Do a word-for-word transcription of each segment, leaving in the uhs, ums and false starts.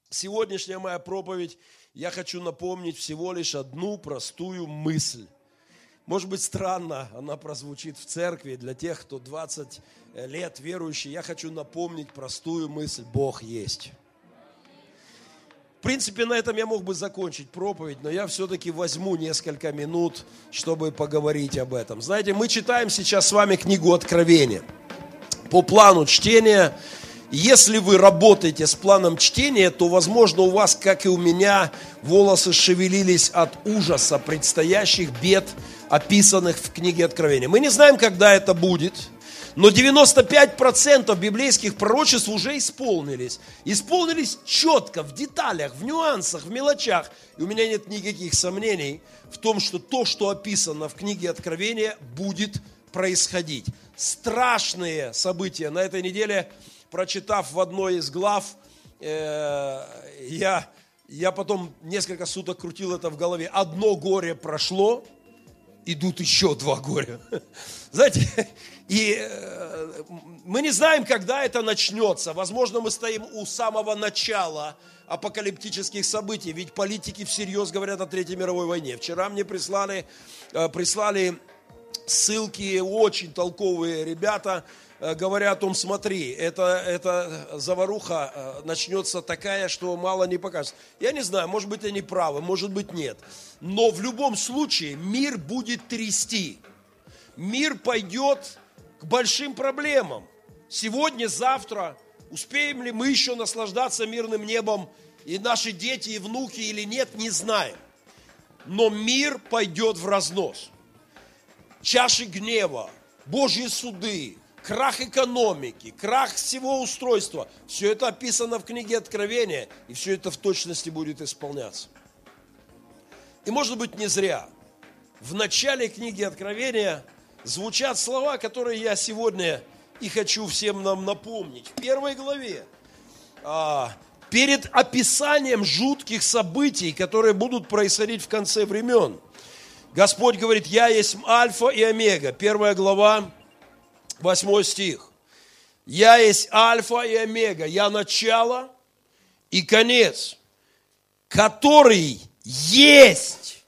сегодняшняя моя проповедь, я хочу напомнить всего лишь одну простую мысль. Может быть, странно она прозвучит в церкви для тех, кто двадцать лет верующий. Я хочу напомнить простую мысль: Бог есть. В принципе, на этом я мог бы закончить проповедь, но я все-таки возьму несколько минут, чтобы поговорить об этом. Знаете, мы читаем сейчас с вами книгу Откровения. По плану чтения, если вы работаете с планом чтения, то, возможно, у вас, как и у меня, волосы шевелились от ужаса предстоящих бед, описанных в книге Откровения. Мы не знаем, когда это будет, но девяносто пять процентов библейских пророчеств уже исполнились. Исполнились четко, в деталях, в нюансах, в мелочах. И у меня нет никаких сомнений в том, что то, что описано в книге Откровения, будет происходить. Страшные события. На этой неделе, прочитав в одной из глав, э, я, я потом несколько суток крутил это в голове. Одно горе прошло, идут еще два горя. Знаете, и э, мы не знаем, когда это начнется. Возможно, мы стоим у самого начала апокалиптических событий, ведь политики всерьез говорят о Третьей мировой войне. Вчера мне прислали, э, прислали ссылки, очень толковые ребята, э, говоря о том: смотри, это, это заваруха э, начнется такая, что мало не покажется. Я не знаю, может быть, они правы, может быть, нет. Но в любом случае мир будет трясти. Мир пойдет к большим проблемам. Сегодня, завтра успеем ли мы еще наслаждаться мирным небом, и наши дети, и внуки или нет, не знаем. Но мир пойдет в разнос. Чаши гнева, Божьи суды, крах экономики, крах всего устройства. Все это описано в книге Откровения, и все это в точности будет исполняться. И может быть не зря. В начале книги Откровения звучат слова, которые я сегодня и хочу всем нам напомнить. В первой главе, а, перед описанием жутких событий, которые будут происходить в конце времен, Господь говорит: «Я есть Альфа и Омега». Первая глава, восьмой стих. «Я есть Альфа и Омега, я начало и конец, который есть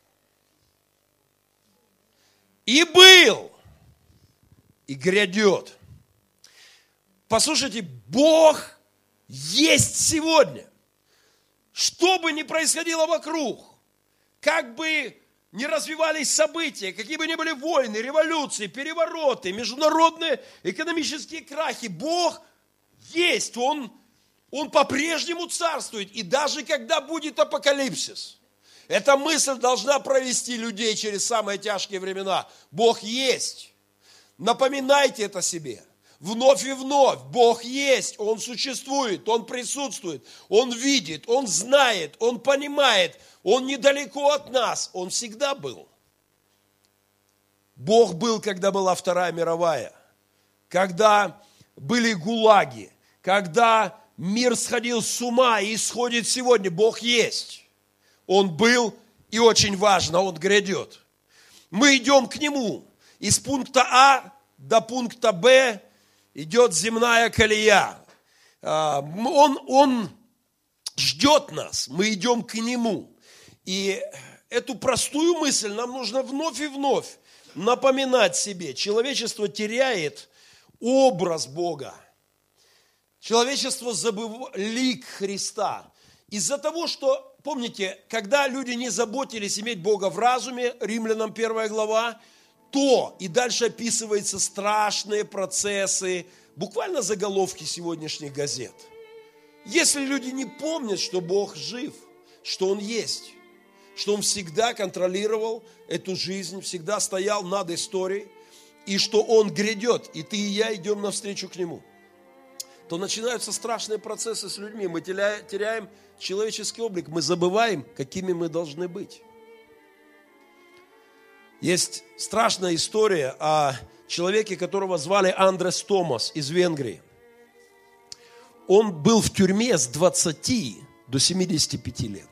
и был и грядет». Послушайте, Бог есть сегодня. Что бы ни происходило вокруг, как бы ни развивались события, какие бы ни были войны, революции, перевороты, международные экономические крахи, Бог есть, Он, Он по-прежнему царствует. И даже когда будет апокалипсис, эта мысль должна провести людей через самые тяжкие времена. Бог есть. Напоминайте это себе. Вновь и вновь. Бог есть. Он существует. Он присутствует. Он видит. Он знает. Он понимает. Он недалеко от нас. Он всегда был. Бог был, когда была Вторая мировая. Когда были гулаги. Когда мир сходил с ума и исходит сегодня. Бог есть. Он был, и очень важно, Он грядет. Мы идем к Нему. Из пункта А до пункта Б идет земная колея. Он, он ждет нас. Мы идем к Нему. И эту простую мысль нам нужно вновь и вновь напоминать себе. Человечество теряет образ Бога. Человечество забывает лик Христа. Из-за того, что, помните, когда люди не заботились иметь Бога в разуме, Римлянам первая глава, то и дальше описываются страшные процессы, буквально заголовки сегодняшних газет. Если люди не помнят, что Бог жив, что Он есть, что Он всегда контролировал эту жизнь, всегда стоял над историей, и что Он грядет, и ты и я идем навстречу к Нему, то начинаются страшные процессы с людьми. Мы теряем человеческий облик, мы забываем, какими мы должны быть. Есть страшная история о человеке, которого звали Андрес Томас из Венгрии. Он был в тюрьме с двадцати до семидесяти пяти лет.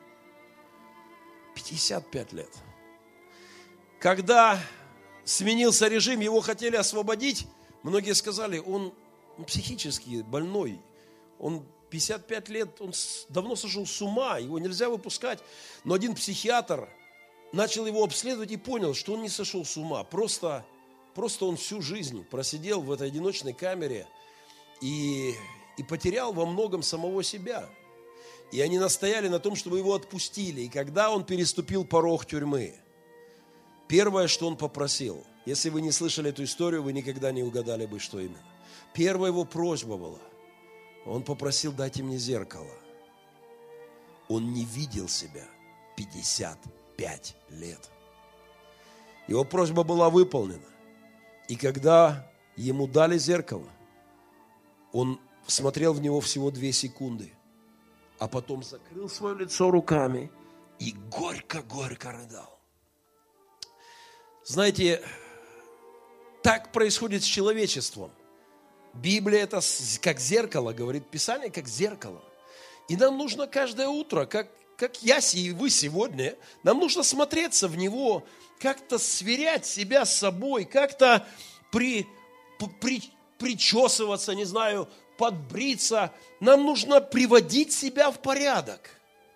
пятьдесят пять лет. Когда сменился режим, его хотели освободить, многие сказали: он психически больной, он пятьдесят пять лет, он давно сошел с ума, его нельзя выпускать. Но один психиатр начал его обследовать и понял, что он не сошел с ума. Просто, просто он всю жизнь просидел в этой одиночной камере и, и потерял во многом самого себя. И они настояли на том, чтобы его отпустили. И когда он переступил порог тюрьмы, первое, что он попросил, если вы не слышали эту историю, вы никогда не угадали бы, что именно. Первая его просьба была, он попросил: дайте мне зеркало. Он не видел себя пятьдесят пять лет. Его просьба была выполнена. И когда ему дали зеркало, он смотрел в него всего две секунды, а потом закрыл свое лицо руками и горько-горько рыдал. Знаете, так происходит с человечеством. Библия это как зеркало, говорит Писание, как зеркало. И нам нужно каждое утро, как, как я и вы сегодня, нам нужно смотреться в него, как-то сверять себя с собой, как-то при, при, причесываться, не знаю, подбриться. Нам нужно приводить себя в порядок.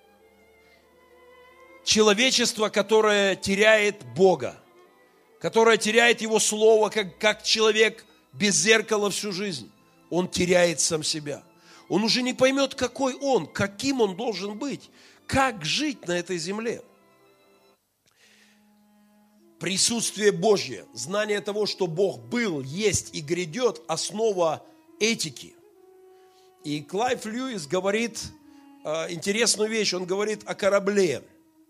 Человечество, которое теряет Бога, которое теряет Его Слово, как, как человек без зеркала всю жизнь, он теряет сам себя. Он уже не поймет, какой он, каким он должен быть, как жить на этой земле. Присутствие Божье, знание того, что Бог был, есть и грядет, основа этики. И Клайв Льюис говорит э, интересную вещь, он говорит о корабле,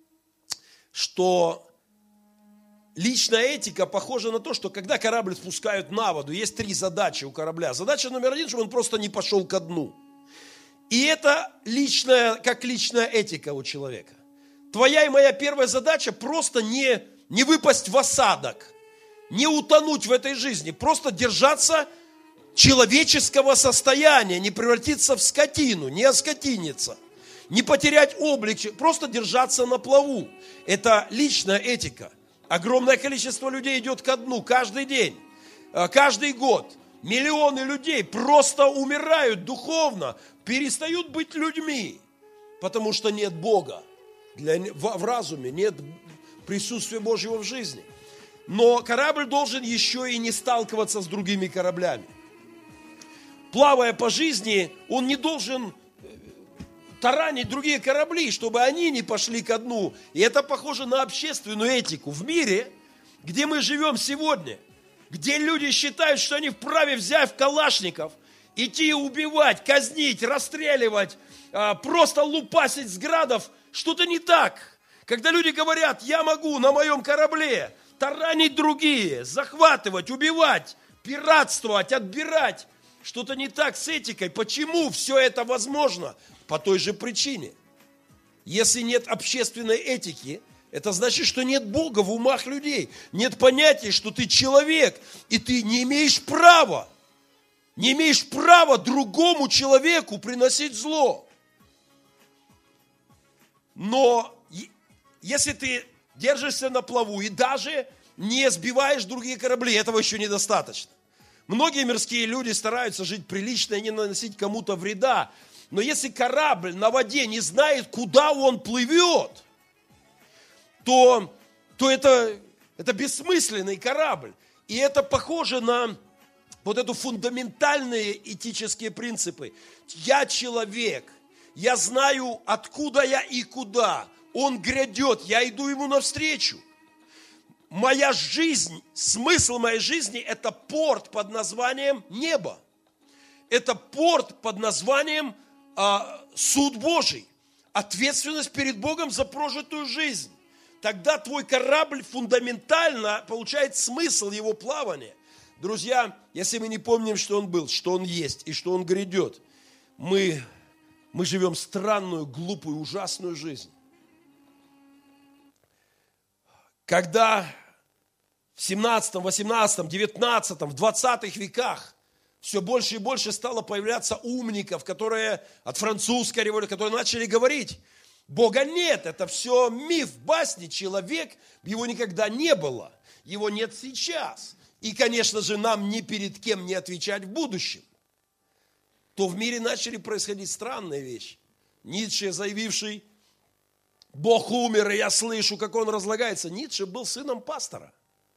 что личная этика похожа на то, что когда корабль спускают на воду, есть три задачи у корабля. Задача номер один, чтобы он просто не пошел ко дну. И это личная, как личная этика у человека. Твоя и моя первая задача просто не, не выпасть в осадок, не утонуть в этой жизни, просто держаться человеческого состояния, не превратиться в скотину, не оскотиниться, не потерять облик, просто держаться на плаву. Это личная этика. Огромное количество людей идет ко дну каждый день, каждый год. Миллионы людей просто умирают духовно, перестают быть людьми, потому что нет Бога для, в, в разуме, нет присутствия Божьего в жизни. Но корабль должен еще и не сталкиваться с другими кораблями. Плавая по жизни, он не должен таранить другие корабли, чтобы они не пошли ко дну. И это похоже на общественную этику. В мире, где мы живем сегодня, где люди считают, что они вправе взять калашников, идти убивать, казнить, расстреливать, просто лупасить с градов, что-то не так. Когда люди говорят: я могу на моем корабле таранить другие, захватывать, убивать, пиратствовать, отбирать, что-то не так с этикой. Почему все это возможно? По той же причине. Если нет общественной этики, это значит, что нет Бога в умах людей. Нет понятия, что ты человек, и ты не имеешь права, не имеешь права другому человеку приносить зло. Но если ты держишься на плаву и даже не сбиваешь другие корабли, этого еще недостаточно. Многие мирские люди стараются жить прилично и не наносить кому-то вреда. Но если корабль на воде не знает, куда он плывет, то, то это, это бессмысленный корабль. И это похоже на вот эту фундаментальные этические принципы. Я человек, я знаю, откуда я и куда. Он грядет, я иду ему навстречу. Моя жизнь, смысл моей жизни – это порт под названием небо. Это порт под названием а, суд Божий. Ответственность перед Богом за прожитую жизнь. Тогда твой корабль фундаментально получает смысл его плавания. Друзья, если мы не помним, что он был, что он есть и что он грядет, мы, мы живем странную, глупую, ужасную жизнь. Когда в семнадцатом, восемнадцатом, девятнадцатом, в двадцатых веках все больше и больше стало появляться умников, которые от французской революции, которые начали говорить: Бога нет, это все миф, басни, человек, его никогда не было, его нет сейчас. И, конечно же, нам ни перед кем не отвечать в будущем. то в мире начали происходить странные вещи. Ницше, заявивший, Бог умер, и я слышу, как он разлагается. Ницше был сыном пастора.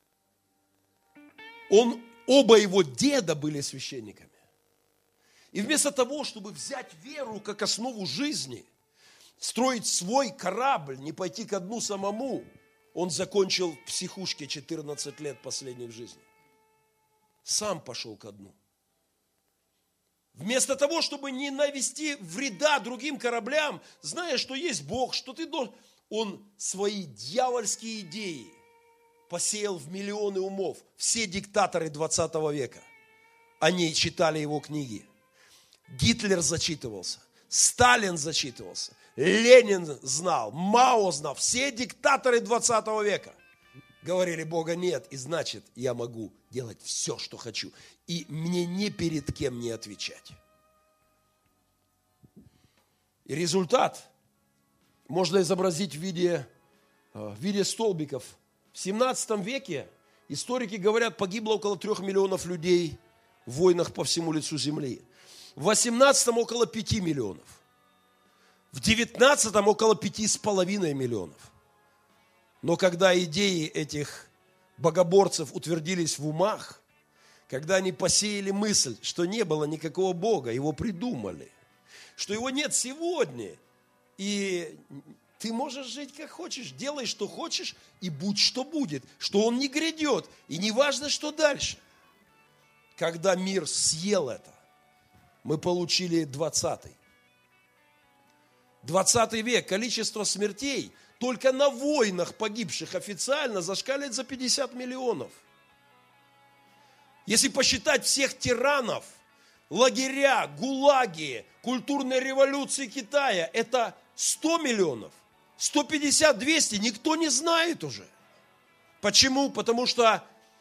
Он, оба его деда были священниками. И вместо того, чтобы взять веру как основу жизни, строить свой корабль, не пойти ко дну самому, он закончил в психушке четырнадцать лет последних в жизни. Сам пошел ко дну. Вместо того, чтобы не навести вреда другим кораблям, зная, что есть Бог, что ты должен... Он свои дьявольские идеи посеял в миллионы умов. Все диктаторы двадцатого века, они читали его книги. Гитлер зачитывался, Сталин зачитывался, Ленин знал, Мао знал. Все диктаторы двадцатого века говорили, Бога нет, и значит, я могу делать все, что хочу. И мне ни перед кем не отвечать. И результат можно изобразить в виде, в виде столбиков. В семнадцатом веке, историки говорят, погибло около трех миллионов людей в войнах по всему лицу земли. В восемнадцатом около пяти миллионов. В девятнадцатом около пяти с половиной миллионов. Но когда идеи этих богоборцев утвердились в умах, когда они посеяли мысль, что не было никакого Бога, его придумали, что его нет сегодня, и ты можешь жить как хочешь, делай, что хочешь, и будь, что будет, что он не грядет, и не важно, что дальше. Когда мир съел это, мы получили двадцатый. двадцатый век, количество смертей только на войнах погибших официально зашкаливает за пятьдесят миллионов. Если посчитать всех тиранов, лагеря, гулаги, культурные революции Китая, это сто миллионов, сто пятьдесят - двести, никто не знает уже. Почему? Потому что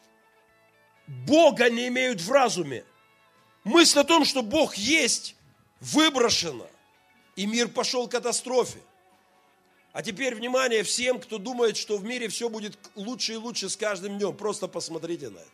Бога не имеют в разуме. Мысль о том, что Бог есть, выброшена, и мир пошел к катастрофе. А теперь, внимание, всем, кто думает, что в мире все будет лучше и лучше с каждым днем, просто посмотрите на это.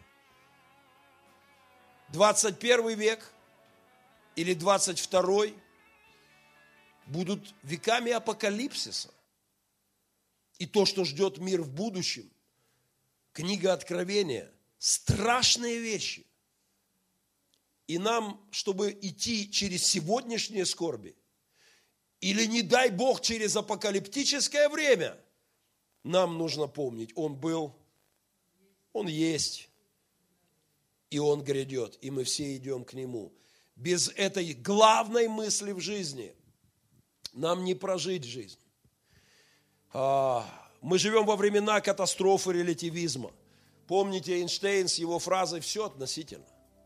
двадцать первый век или двадцать второй будут веками апокалипсиса. И то, что ждет мир в будущем, книга Откровения, страшные вещи. И нам, чтобы идти через сегодняшние скорби, или, не дай Бог, через апокалиптическое время, нам нужно помнить, Он был, Он есть, и Он грядет, и мы все идем к Нему. Без этой главной мысли в жизни нам не прожить жизнь. Мы живем во времена катастрофы релятивизма. Помните Эйнштейн с его фразой «все относительно».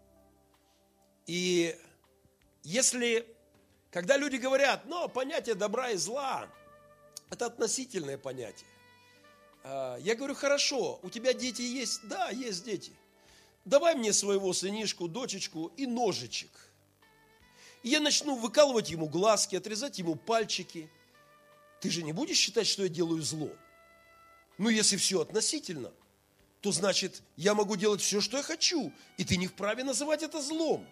И если, когда люди говорят, ну, понятие добра и зла, это относительное понятие. Я говорю, хорошо, у тебя дети есть? Да, есть дети. Давай мне своего сынишку, дочечку и ножичек. И я начну выкалывать ему глазки, отрезать ему пальчики. Ты же не будешь считать, что я делаю зло? Ну, если все относительно, то значит, я могу делать все, что я хочу, и ты не вправе называть это злом.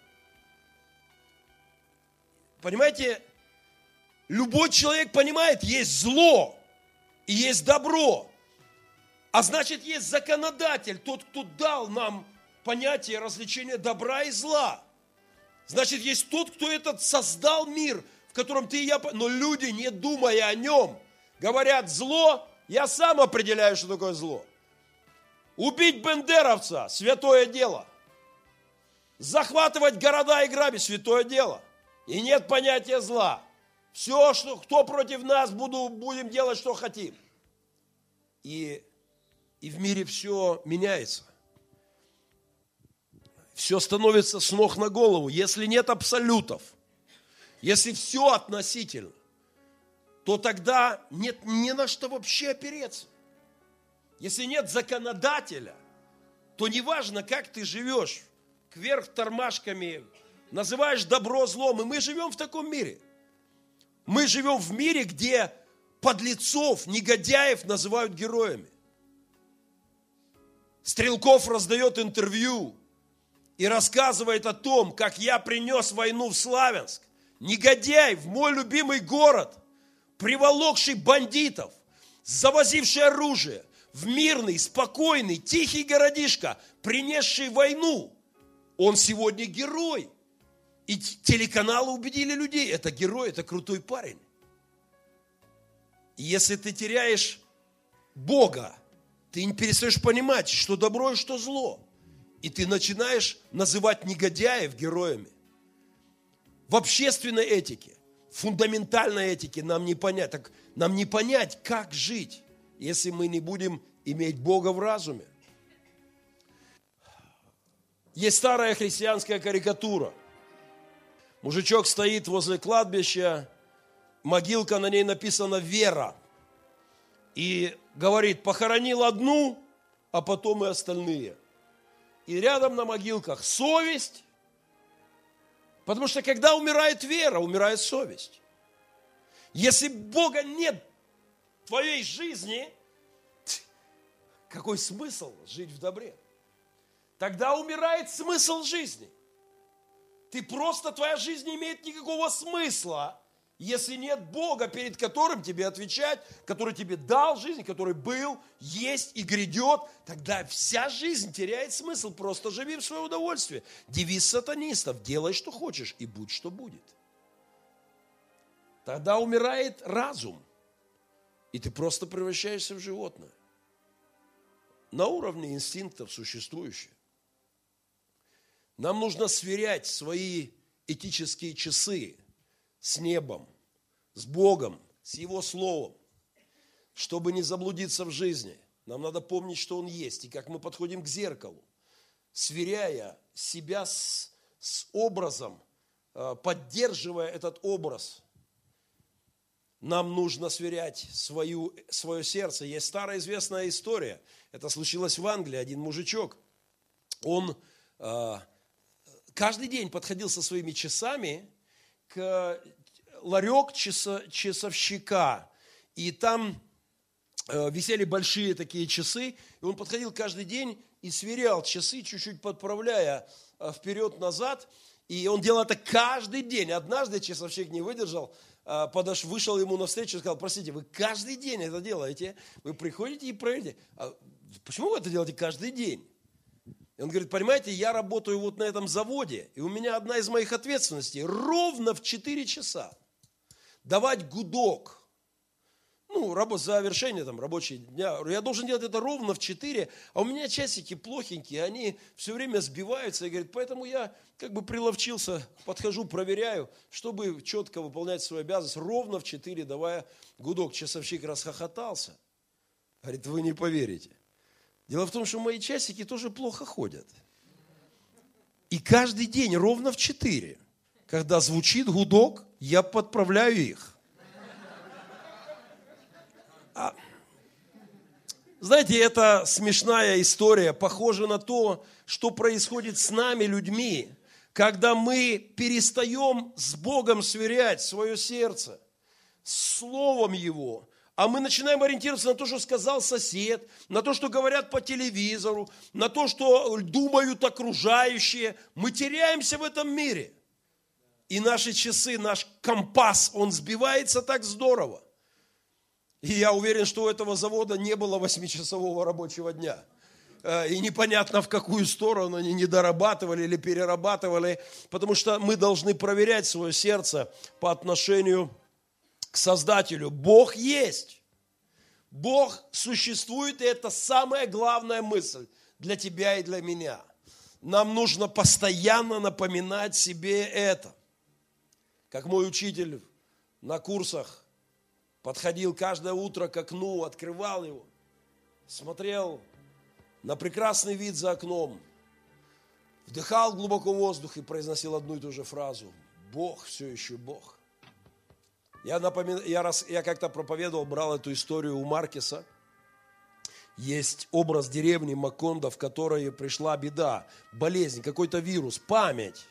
Понимаете, любой человек понимает, есть зло и есть добро. А значит, есть законодатель, тот, кто дал нам понятие развлечения добра и зла. Значит, есть тот, кто этот создал мир, в котором ты и я... Но люди, не думая о нем, говорят, зло, я сам определяю, что такое зло. Убить бендеровца – святое дело. Захватывать города и грабить – святое дело. И нет понятия зла. Все, что, кто против нас, буду, будем делать, что хотим. И, и в мире все меняется. Все становится с ног на голову. Если нет абсолютов, если все относительно, то тогда нет ни на что вообще опереться. Если нет законодателя, то неважно, как ты живешь, кверх тормашками, называешь добро злом, и мы живем в таком мире. Мы живем в мире, где подлецов, негодяев называют героями. Стрелков раздает интервью и рассказывает о том, как я принес войну в Славянск. Негодяй в мой любимый город, приволокший бандитов, завозивший оружие, в мирный, спокойный, тихий городишко, принесший войну. Он сегодня герой. И телеканалы убедили людей, это герой, это крутой парень. И если ты теряешь Бога, ты не перестаешь понимать, что добро и что зло. И ты начинаешь называть негодяев героями. В общественной этике, фундаментальной этике нам не понять, так, нам не понять, как жить, если мы не будем иметь Бога в разуме. Есть старая христианская карикатура. Мужичок стоит возле кладбища, могилка, на ней написана «Вера». И говорит, похоронил одну, а потом и остальные. И рядом на могилках совесть. Потому что когда умирает вера, умирает совесть. Если Бога нет в твоей жизни, какой смысл жить в добре? Тогда умирает смысл жизни. Ты просто, твоя жизнь не имеет никакого смысла, если нет Бога, перед которым тебе отвечать, который тебе дал жизнь, который был, есть и грядет, тогда вся жизнь теряет смысл. Просто живи в свое удовольствие. Девиз сатанистов: делай, что хочешь, и будь, что будет. Тогда умирает разум, и ты просто превращаешься в животное. На уровне инстинктов существующих. Нам нужно сверять свои этические часы с небом, с Богом, с Его Словом, чтобы не заблудиться в жизни. Нам надо помнить, что Он есть, и как мы подходим к зеркалу, сверяя себя с, с образом, поддерживая этот образ. Нам нужно сверять свою, свое сердце. Есть старая известная история. Это случилось в Англии. Один мужичок, он э, каждый день подходил со своими часами к ларек часа, часовщика. И там э, висели большие такие часы. И он подходил каждый день и сверял часы, чуть-чуть подправляя э, вперед-назад. И он делал это каждый день. Однажды часовщик не выдержал, подошел, вышел ему навстречу и сказал: простите, вы каждый день это делаете, вы приходите и проверяете. А почему вы это делаете каждый день? И он говорит: понимаете, я работаю вот на этом заводе, и у меня одна из моих ответственностей ровно в четыре часа давать гудок. Ну, работа, завершение там, рабочего дня. Я должен делать это ровно в четыре, а у меня часики плохенькие, они все время сбиваются. И говорит, поэтому я как бы приловчился, подхожу, проверяю, чтобы четко выполнять свою обязанность, ровно в четыре давая гудок. Часовщик расхохотался. Говорит, вы не поверите. Дело в том, что мои часики тоже плохо ходят. И каждый день ровно в четыре, когда звучит гудок, я подправляю их. А, знаете, это смешная история, похожа на то, что происходит с нами, людьми, когда мы перестаем с Богом сверять свое сердце, с Словом Его, а мы начинаем ориентироваться на то, что сказал сосед, на то, что говорят по телевизору, на то, что думают окружающие. Мы теряемся в этом мире. И наши часы, наш компас, он сбивается так здорово. И я уверен, что у этого завода не было восьмичасового рабочего дня. И непонятно, в какую сторону они не дорабатывали или перерабатывали, потому что мы должны проверять свое сердце по отношению к Создателю. Бог есть. Бог существует, и это самая главная мысль для тебя и для меня. Нам нужно постоянно напоминать себе это. Как мой учитель на курсах подходил каждое утро к окну, открывал его, смотрел на прекрасный вид за окном, вдыхал глубоко воздух и произносил одну и ту же фразу: Бог все еще Бог. Я, напомин... я, раз... я как-то проповедовал, брал эту историю у Маркеса. Есть образ деревни Макондо, в которой пришла беда, болезнь, какой-то вирус, память.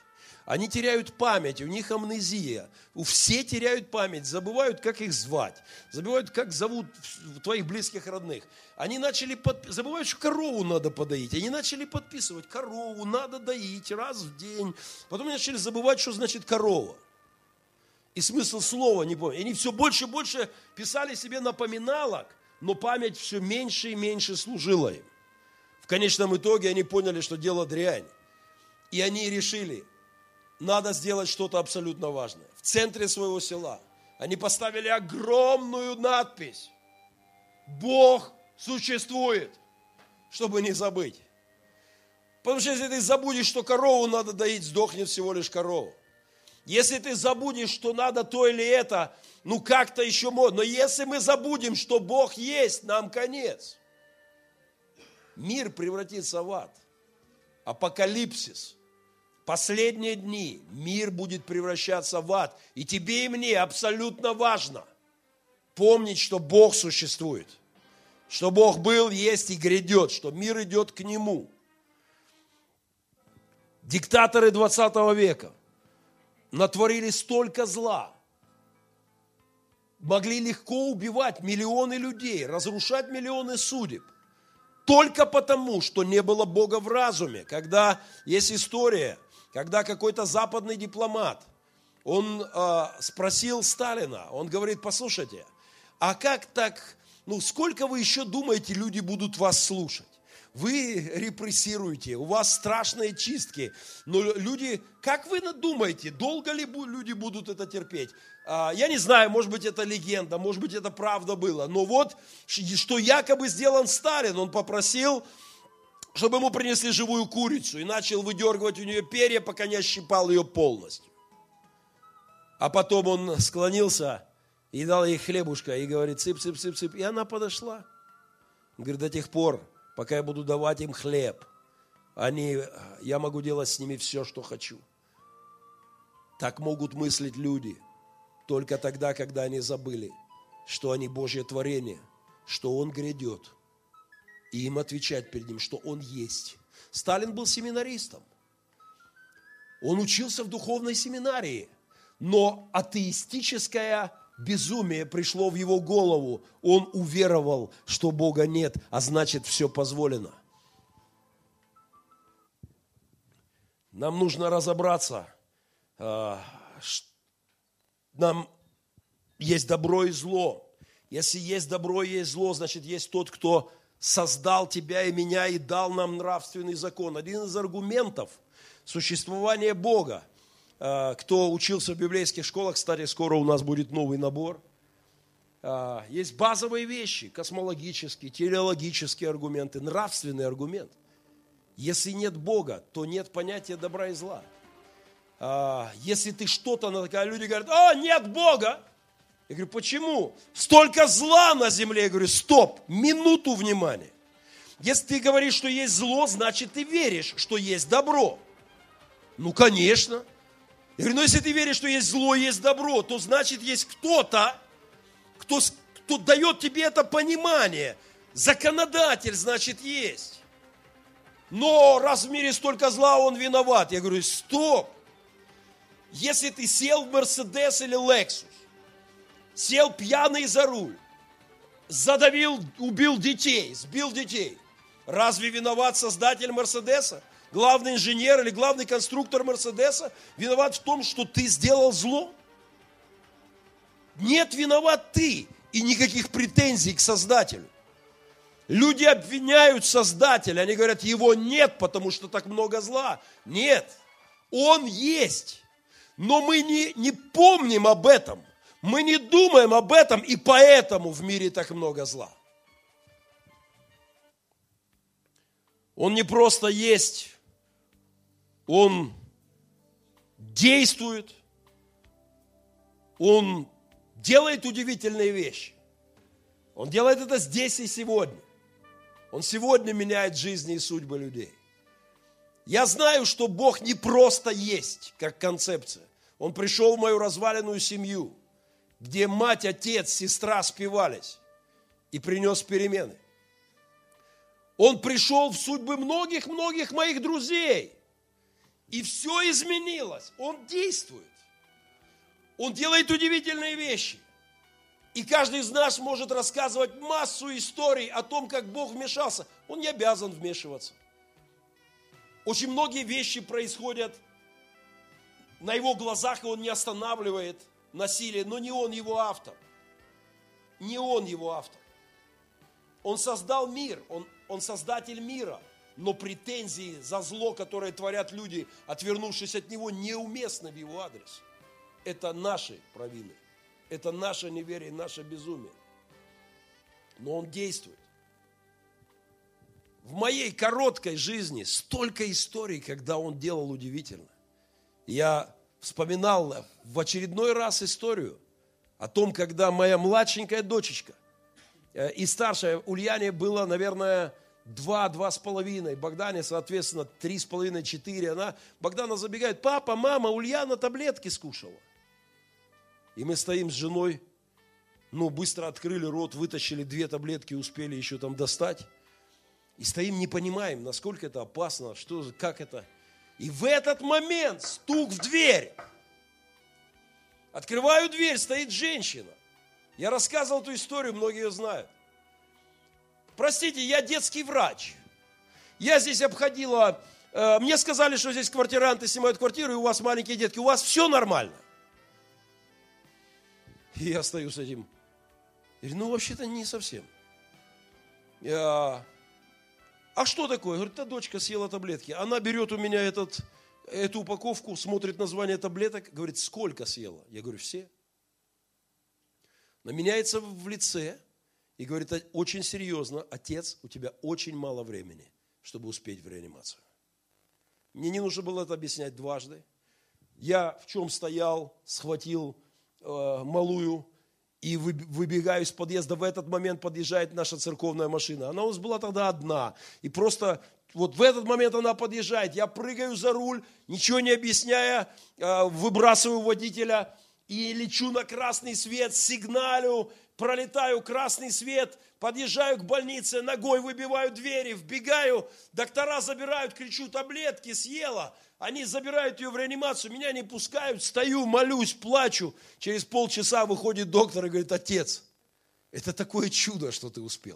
Они теряют память, у них амнезия. У все теряют память, забывают, как их звать, забывают, как зовут твоих близких родных. Они начали, под... забывают, что корову надо подоить. Они начали подписывать, корову надо доить раз в день. Потом начали забывать, что значит корова. И смысл слова не помню. Они все больше и больше писали себе напоминалок, но память все меньше и меньше служила им. В конечном итоге они поняли, что дело дрянь. И они решили, надо сделать что-то абсолютно важное. В центре своего села они поставили огромную надпись: Бог существует, чтобы не забыть. Потому что если ты забудешь, что корову надо доить, сдохнет всего лишь корова. Если ты забудешь, что надо то или это, ну как-то еще можно. Но если мы забудем, что Бог есть, нам конец. Мир превратится в ад. Апокалипсис. Последние дни мир будет превращаться в ад. И тебе и мне абсолютно важно помнить, что Бог существует. Что Бог был, есть и грядет. Что мир идет к Нему. Диктаторы двадцатого века натворили столько зла. Могли легко убивать миллионы людей, разрушать миллионы судеб. Только потому, что не было Бога в разуме. Когда есть история, когда какой-то западный дипломат, он э, спросил Сталина, он говорит: послушайте, а как так, ну сколько вы еще думаете, люди будут вас слушать? Вы репрессируете, у вас страшные чистки, но люди, как вы думаете, долго ли люди будут это терпеть? Я не знаю, может быть, это легенда, может быть, это правда было, но вот, что якобы сделан Сталин, он попросил, чтобы ему принесли живую курицу и начал выдергивать у нее перья, пока не ощипал ее полностью. А потом он склонился и дал ей хлебушка и говорит: сыпь-сыпь-сыпь-сыпь, и она подошла. Он говорит: до тех пор, пока я буду давать им хлеб, они, я могу делать с ними все, что хочу. Так могут мыслить люди только тогда, когда они забыли, что они Божье творение, что Он грядет, и им отвечать перед Ним, что Он есть. Сталин был семинаристом. Он учился в духовной семинарии, но атеистическое безумие пришло в его голову. Он уверовал, что Бога нет, а значит, все позволено. Нам нужно разобраться. Нам есть добро и зло. Если есть добро и есть зло, значит, есть тот, кто создал тебя и меня и дал нам нравственный закон. Один из аргументов существования Бога. Кто учился в библейских школах, кстати, скоро у нас будет новый набор. Есть базовые вещи, космологические, телеологические аргументы, нравственный аргумент. Если нет Бога, то нет понятия добра и зла. Если ты что-то, люди говорят: о, нет Бога. Я говорю: почему? Столько зла на земле. Я говорю: стоп, минуту внимания. Если ты говоришь, что есть зло, значит, ты веришь, что есть добро. Ну, конечно. Я говорю: ну, если ты веришь, что есть зло, есть добро, то значит, есть кто-то, кто, кто дает тебе это понимание. Законодатель, значит, есть. Но раз в мире столько зла, он виноват. Я говорю: стоп. Если ты сел в Мерседес или Лексус, сел пьяный за руль, задавил, убил детей, сбил детей, разве виноват создатель Мерседеса? Главный инженер или главный конструктор Мерседеса виноват в том, что ты сделал зло? Нет, виноват ты. И никаких претензий к Создателю. Люди обвиняют Создателя. Они говорят: его нет, потому что так много зла. Нет, он есть. Но мы не, не помним об этом. Мы не думаем об этом, и поэтому в мире так много зла. Он не просто есть. Он действует, Он делает удивительные вещи. Он делает это здесь и сегодня. Он сегодня меняет жизни и судьбы людей. Я знаю, что Бог не просто есть, как концепция. Он пришел в мою разваленную семью, где мать, отец, сестра спивались, и принес перемены. Он пришел в судьбы многих-многих моих друзей. И все изменилось. Он действует. Он делает удивительные вещи. И каждый из нас может рассказывать массу историй о том, как Бог вмешался. Он не обязан вмешиваться. Очень многие вещи происходят на его глазах, и он не останавливает насилие, но не он его автор. Не он его автор. Он создал мир, он, он создатель мира, но претензии за зло, которое творят люди, отвернувшись от него, неуместны в его адрес. Это наши провины, это наше неверие, наше безумие. Но он действует. В моей короткой жизни столько историй, когда он делал удивительно. Я вспоминал в очередной раз историю о том, когда моя младшенькая дочечка и старшая Ульяне было, наверное, два, два с половиной, Богдане, соответственно, три с половиной, четыре. Она, Богдана забегает: папа, мама, Ульяна таблетки скушала. И мы стоим с женой, ну, быстро открыли рот, вытащили две таблетки, успели еще там достать. И стоим, не понимаем, насколько это опасно, что, как это. И в этот момент стук в дверь. Открываю дверь, стоит женщина. Я рассказывал эту историю, многие ее знают. Простите, я детский врач. Я здесь обходила, э, мне сказали, что здесь квартиранты снимают квартиру, и у вас маленькие детки, у вас все нормально. И я стою с этим. Я говорю, ну вообще-то не совсем. Я... А что такое? Говорит, та дочка съела таблетки. Она берет у меня этот, эту упаковку, смотрит название таблеток, говорит, сколько съела? Я говорю, все. Она меняется в лице и говорит, очень серьезно, отец, у тебя очень мало времени, чтобы успеть в реанимацию. Мне не нужно было это объяснять дважды. Я в чем стоял, схватил э, малую и выбегаю из подъезда. В этот момент подъезжает наша церковная машина. Она у нас была тогда одна. И просто вот в этот момент она подъезжает. Я прыгаю за руль, ничего не объясняя, выбрасываю водителя и лечу на красный свет, сигналю, пролетаю красный свет, подъезжаю к больнице, ногой выбиваю двери, вбегаю, доктора забирают, кричу, таблетки съела. Они забирают ее в реанимацию, меня не пускают, стою, молюсь, плачу. Через полчаса выходит доктор и говорит, отец, это такое чудо, что ты успел.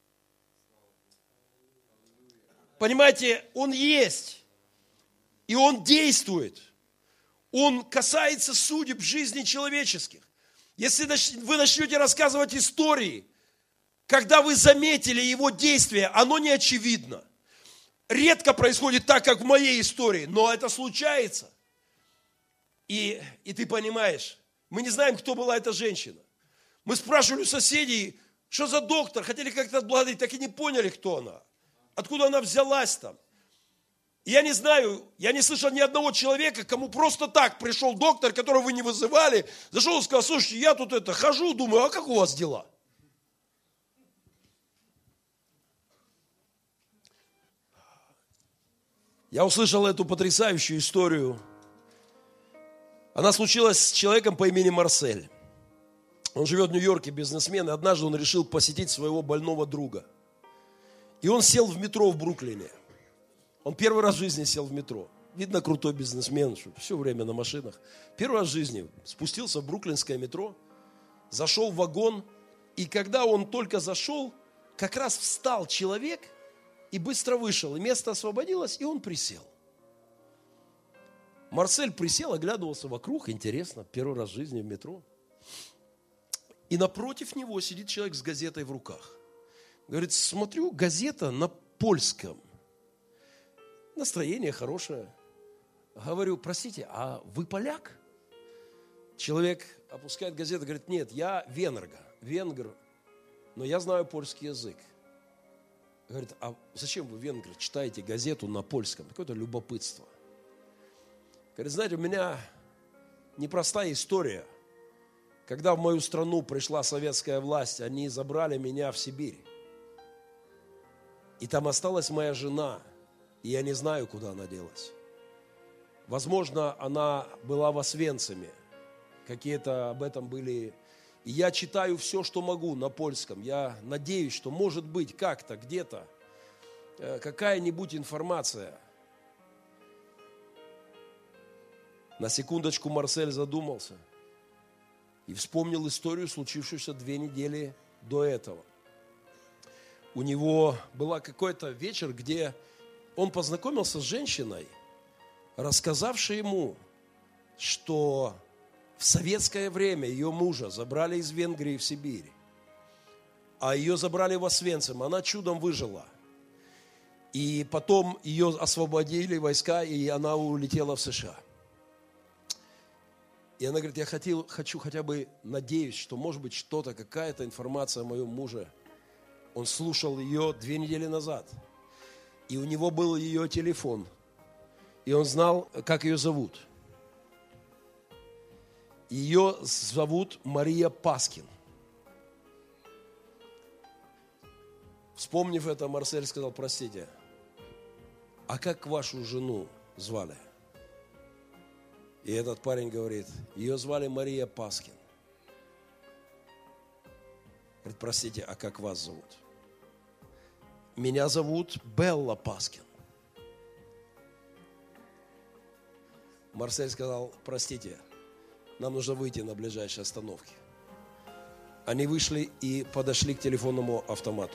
Понимаете, он есть, и он действует. Он касается судеб жизни человеческих. Если вы начнете рассказывать истории, когда вы заметили его действие, оно не очевидно. Редко происходит так, как в моей истории, но это случается. И, и ты понимаешь, мы не знаем, кто была эта женщина. Мы спрашивали у соседей, что за доктор, хотели как-то отблагодарить, так и не поняли, кто она. Откуда она взялась там. И я не знаю, я не слышал ни одного человека, кому просто так пришел доктор, которого вы не вызывали, зашел и сказал, слушайте, я тут это хожу, думаю, а как у вас дела? Я услышал эту потрясающую историю. Она случилась с человеком по имени Марсель. Он живет в Нью-Йорке, бизнесмен, и однажды он решил посетить своего больного друга. И он сел в метро в Бруклине. Он первый раз в жизни сел в метро. Видно, крутой бизнесмен, что все время на машинах. Первый раз в жизни спустился в бруклинское метро, зашел в вагон, и когда он только зашел, как раз встал человек и быстро вышел, и место освободилось, и он присел. Марсель присел, оглядывался вокруг, интересно, первый раз в жизни в метро. И напротив него сидит человек с газетой в руках. Говорит, смотрю, газета на польском. Настроение хорошее. Говорю, простите, а вы поляк? Человек опускает газету, говорит, нет, я венерга, венгр, но я знаю польский язык. Говорит, а зачем вы, венгры, читаете газету на польском? Какое-то любопытство. Говорит, знаете, у меня непростая история. Когда в мою страну пришла советская власть, они забрали меня в Сибирь. И там осталась моя жена, и я не знаю, куда она делась. Возможно, она была в Освенциме. Какие-то об этом были... И я читаю все, что могу на польском. Я надеюсь, что может быть как-то, где-то какая-нибудь информация. На секундочку Марсель задумался и вспомнил историю, случившуюся две недели до этого. У него был какой-то вечер, где он познакомился с женщиной, рассказавшей ему, что в советское время ее мужа забрали из Венгрии в Сибирь, а ее забрали в Освенцим, она чудом выжила. И потом ее освободили войска, и она улетела в США. И она говорит, я хотел, хочу хотя бы, надеюсь, что может быть что-то, какая-то информация о моем муже. Он слушал ее две недели назад. И у него был ее телефон. И он знал, как ее зовут. Ее зовут Мария Паскин. Вспомнив это, Марсель сказал, простите, а как вашу жену звали? И этот парень говорит, ее звали Мария Паскин. Говорит, простите, а как вас зовут? Меня зовут Белла Паскин. Марсель сказал, простите, нам нужно выйти на ближайшей остановке. Они вышли и подошли к телефонному автомату.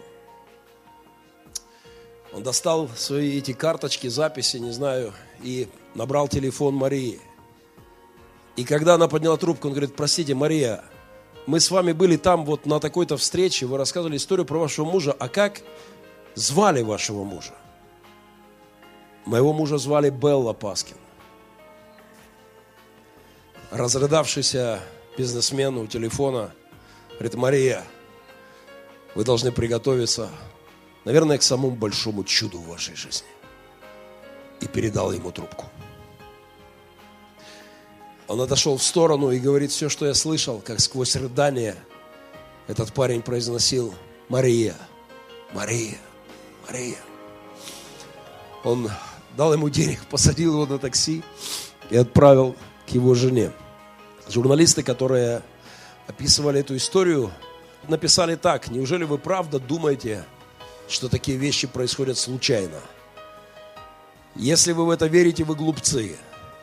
Он достал свои эти карточки, записи, не знаю, и набрал телефон Марии. И когда она подняла трубку, он говорит, простите, Мария, мы с вами были там вот на такой-то встрече, вы рассказывали историю про вашего мужа, а как звали вашего мужа? Моего мужа звали Белла Паскин. Разрыдавшийся бизнесмен у телефона говорит, Мария, вы должны приготовиться, наверное, к самому большому чуду в вашей жизни. И передал ему трубку. Он отошел в сторону и говорит, все, что я слышал, как сквозь рыдание, этот парень произносил, Мария, Мария, Мария. Он дал ему денег, посадил его на такси и отправил к его жене. Журналисты, которые описывали эту историю, написали так, неужели вы правда думаете, что такие вещи происходят случайно? Если вы в это верите, вы глупцы.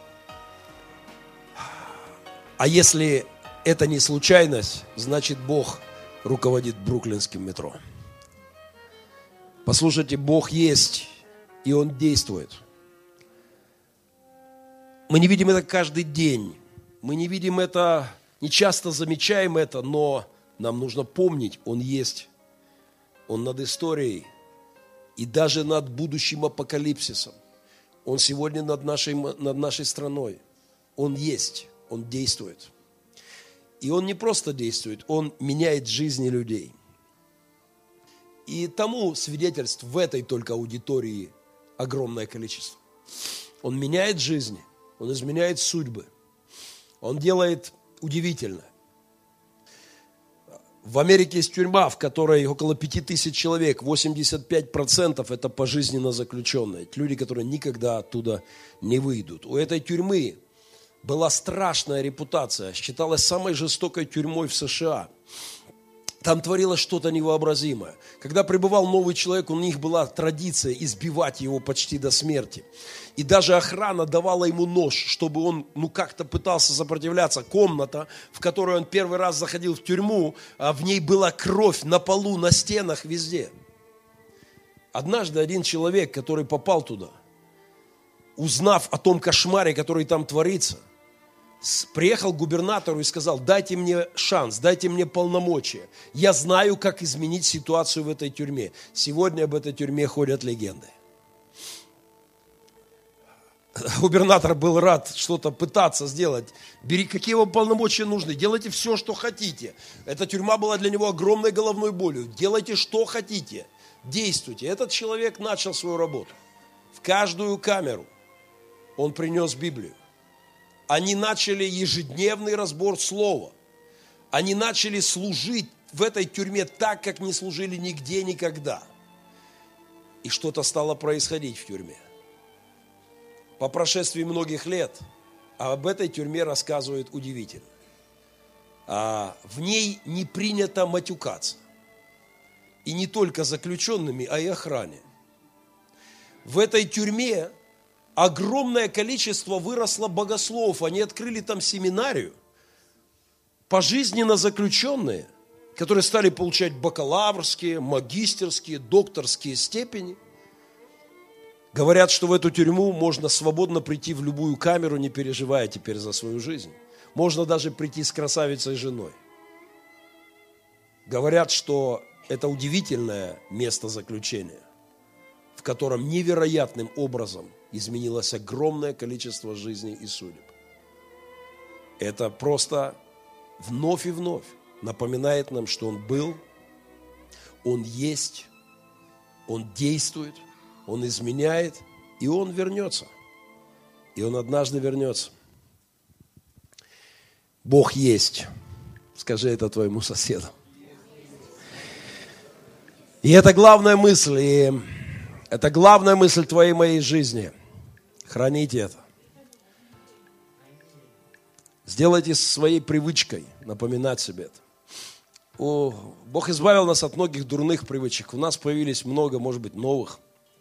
А если это не случайность, значит Бог руководит бруклинским метро. Послушайте, Бог есть, и Он действует. Мы не видим это каждый день. Мы не видим это, не часто замечаем это, но нам нужно помнить, Он есть. Он над историей и даже над будущим апокалипсисом. Он сегодня над нашей, над нашей страной. Он есть, Он действует. И Он не просто действует, Он меняет жизни людей. И тому свидетельств в этой только аудитории огромное количество. Он меняет жизни, Он изменяет судьбы. Он делает удивительное. В Америке есть тюрьма, в которой около пяти тысяч человек, восемьдесят пять процентов это пожизненно заключенные. Это люди, которые никогда оттуда не выйдут. У этой тюрьмы была страшная репутация, считалась самой жестокой тюрьмой в США. Там творилось что-то невообразимое. Когда прибывал новый человек, у них была традиция избивать его почти до смерти. И даже охрана давала ему нож, чтобы он ну, как-то пытался сопротивляться. Комната, в которую он первый раз заходил в тюрьму, а в ней была кровь на полу, на стенах, везде. Однажды один человек, который попал туда, узнав о том кошмаре, который там творится, приехал к губернатору и сказал, дайте мне шанс, дайте мне полномочия. Я знаю, как изменить ситуацию в этой тюрьме. Сегодня об этой тюрьме ходят легенды. Губернатор был рад что-то пытаться сделать. Бери, какие вам полномочия нужны, делайте все, что хотите. Эта тюрьма была для него огромной головной болью. Делайте, что хотите, действуйте. Этот человек начал свою работу. В каждую камеру он принес Библию. Они начали ежедневный разбор слова. Они начали служить в этой тюрьме так, как не служили нигде никогда. И что-то стало происходить в тюрьме. По прошествии многих лет об этой тюрьме рассказывают удивительно. А в ней не принято матюкаться. И не только заключенными, а и охране. В этой тюрьме огромное количество выросло богословов. Они открыли там семинарию. Пожизненно заключенные, которые стали получать бакалаврские, магистерские, докторские степени. Говорят, что в эту тюрьму можно свободно прийти в любую камеру, не переживая теперь за свою жизнь. Можно даже прийти с красавицей женой. Говорят, что это удивительное место заключения, в котором невероятным образом изменилось огромное количество жизней и судеб. Это просто вновь и вновь напоминает нам, что Он был, Он есть, Он действует, Он изменяет, и Он вернется. И Он однажды вернется. Бог есть. Скажи это твоему соседу. И это главная мысль, и это главная мысль твоей моей жизни. Храните это. Сделайте своей привычкой напоминать себе это. О, Бог избавил нас от многих дурных привычек. У нас появились много, может быть, новых.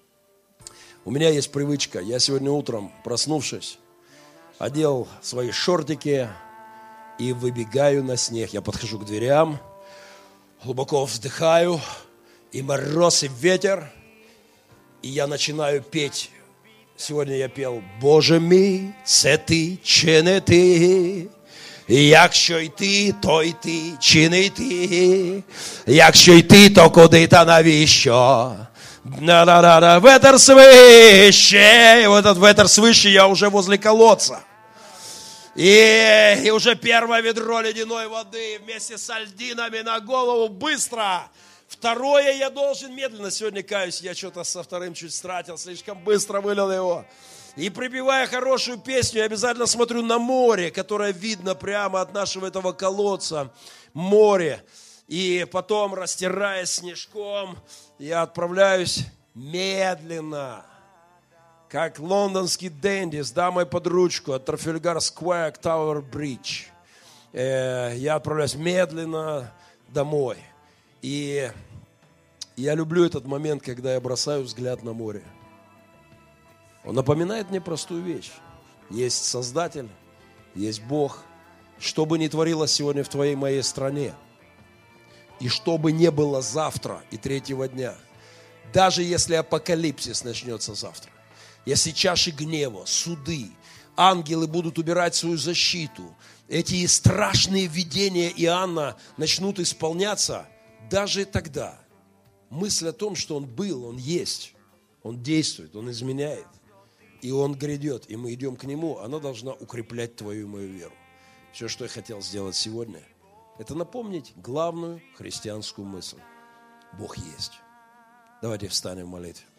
У меня есть привычка. Я сегодня утром, проснувшись, одел свои шортики и выбегаю на снег. Я подхожу к дверям, глубоко вздыхаю, и мороз, и ветер, и я начинаю петь. Сегодня я пел: Боже мій, це ти чи не ти? Якщо й ти, то й ти, чи не ти? Якщо й ти, то куди та навіщо? Да-да-да-да, ветер свище, и вот этот ветер свище, я уже возле колодца. И, и уже первое ведро ледяной воды вместе с альдинами на голову, быстро. Второе я должен медленно, сегодня каюсь, я что-то со вторым чуть стратил, слишком быстро вылил его. И припевая хорошую песню, я обязательно смотрю на море, которое видно прямо от нашего этого колодца, море. И потом, растираясь снежком, я отправляюсь медленно, как лондонский дэнди с дамой под ручку от Трафальгар Сквер к Тауэр Бридж. Я отправляюсь медленно домой. И я люблю этот момент, когда я бросаю взгляд на море. Он напоминает мне простую вещь. Есть Создатель, есть Бог. Что бы ни творилось сегодня в твоей моей стране, и что бы ни было завтра и третьего дня, даже если апокалипсис начнется завтра, если чаши гнева, суды, ангелы будут убирать свою защиту, эти страшные видения Иоанна начнут исполняться, даже тогда мысль о том, что Он был, Он есть, Он действует, Он изменяет, и Он грядет, и мы идем к Нему, она должна укреплять твою и мою веру. Все, что я хотел сделать сегодня, это напомнить главную христианскую мысль. Бог есть. Давайте встанем в молитве.